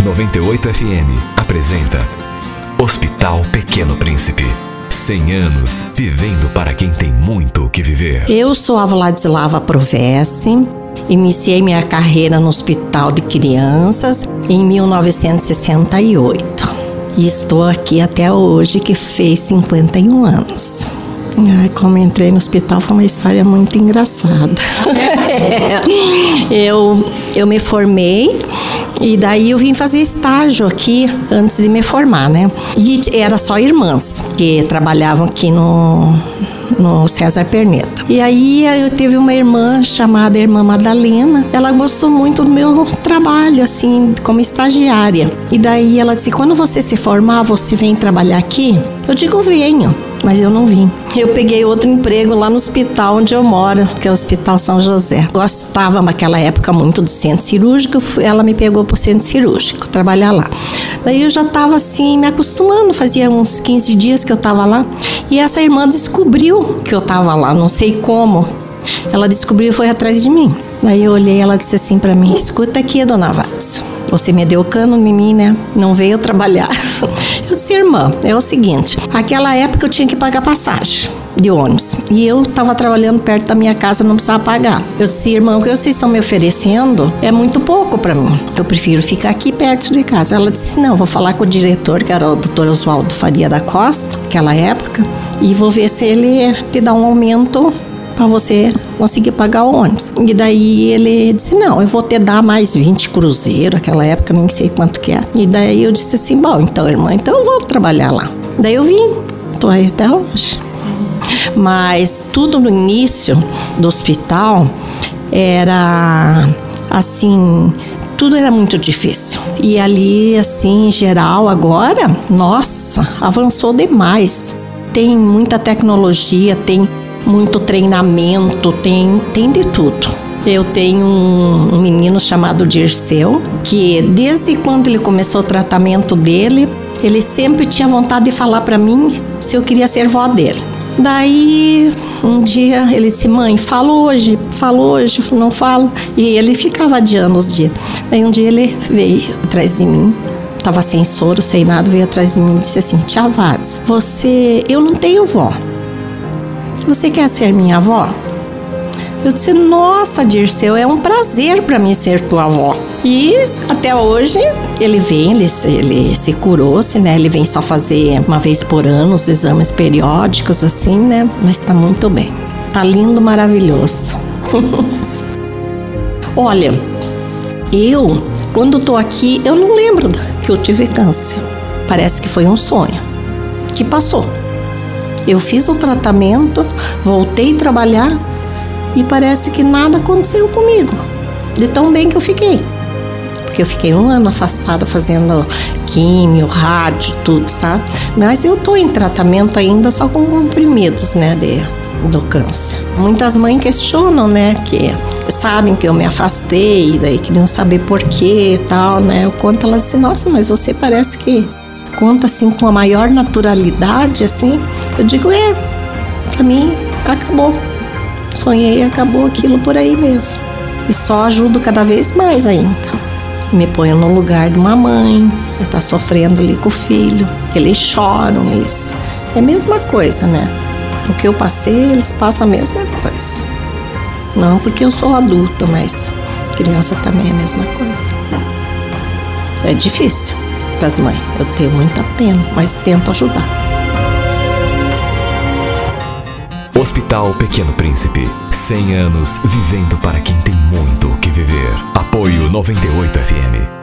98 FM apresenta Hospital Pequeno Príncipe. 100 anos vivendo para quem tem muito o que viver. Eu sou a Vladislava Provessi. Iniciei minha carreira no Hospital de Crianças em 1968. E estou aqui até hoje, que fez 51 anos. Como entrei no hospital foi uma história muito engraçada. Eu me formei e daí eu vim fazer estágio aqui antes de me formar, né? E era só irmãs que trabalhavam aqui no César Perneta. E aí eu tive uma irmã chamada Irmã Madalena. Ela gostou muito do meu trabalho, assim, como estagiária. E daí ela disse, quando você se formar, você vem trabalhar aqui? Eu digo, venho. Mas eu não vim. Eu peguei outro emprego lá no hospital onde eu moro, que é o Hospital São José. Gostava naquela época muito do centro cirúrgico, ela me pegou pro centro cirúrgico, trabalhar lá. Daí eu já estava assim, me acostumando, fazia uns 15 dias que eu estava lá. E essa irmã descobriu que eu estava lá, não sei como. Ela descobriu e foi atrás de mim. Daí eu olhei, ela disse assim para mim, escuta aqui, dona Vaz. Você me deu cano em mim, né? Não veio trabalhar. Eu disse, irmã, é o seguinte, naquela época eu tinha que pagar passagem de ônibus. E eu estava trabalhando perto da minha casa, não precisava pagar. Eu disse, irmã, o que vocês estão me oferecendo é muito pouco para mim. Eu prefiro ficar aqui perto de casa. Ela disse, não, vou falar com o diretor, que era o Dr. Oswaldo Faria da Costa, naquela época, e vou ver se ele te dá um aumento para você conseguir pagar o ônibus. E daí ele disse, não, eu vou te dar mais 20 cruzeiros, aquela época nem sei quanto que é. E daí eu disse assim, bom, então irmã, então eu vou trabalhar lá. Daí eu vim, tô aí até hoje. Mas tudo no início do hospital era assim, tudo era muito difícil. E ali, assim, em geral, agora, nossa, avançou demais. Tem muita tecnologia, tem muito treinamento, tem de tudo. Eu tenho um menino chamado Dirceu, que desde quando ele começou o tratamento dele, ele sempre tinha vontade de falar para mim se eu queria ser vó dele. Daí, um dia, ele disse, mãe, fala hoje, não falo. E ele ficava adiando os dias. Daí um dia ele veio atrás de mim, estava sem soro, sem nada, veio atrás de mim e disse assim, tia Vaz, eu não tenho vó. Você quer ser minha avó? Eu disse, nossa, Dirceu, é um prazer para mim ser tua avó. E até hoje ele vem, ele se curou-se, né? Ele vem só fazer uma vez por ano os exames periódicos, assim, né? Mas tá muito bem. Tá lindo, maravilhoso. Olha, quando tô aqui, eu não lembro que eu tive câncer. Parece que foi um sonho que passou. Eu fiz o tratamento, voltei a trabalhar e parece que nada aconteceu comigo, de tão bem que eu fiquei. Porque eu fiquei um ano afastada fazendo químio, rádio, tudo, sabe? Mas eu tô em tratamento ainda só com comprimidos, né, do câncer. Muitas mães questionam, né, que sabem que eu me afastei, daí queriam saber por quê e tal, né? Eu conto, elas dizem, nossa, mas você parece que conta assim com a maior naturalidade, assim. Eu digo, pra mim acabou. Sonhei e acabou aquilo por aí mesmo. E só ajudo cada vez mais ainda. Me ponho no lugar de uma mãe que tá sofrendo ali com o filho, que eles choram, é a mesma coisa, né? O que eu passei, eles passam a mesma coisa. Não porque eu sou adulta, mas criança também é a mesma coisa. É difícil para as mães. Eu tenho muita pena, mas tento ajudar. Hospital Pequeno Príncipe. 100 anos vivendo para quem tem muito o que viver. Apoio 98 FM.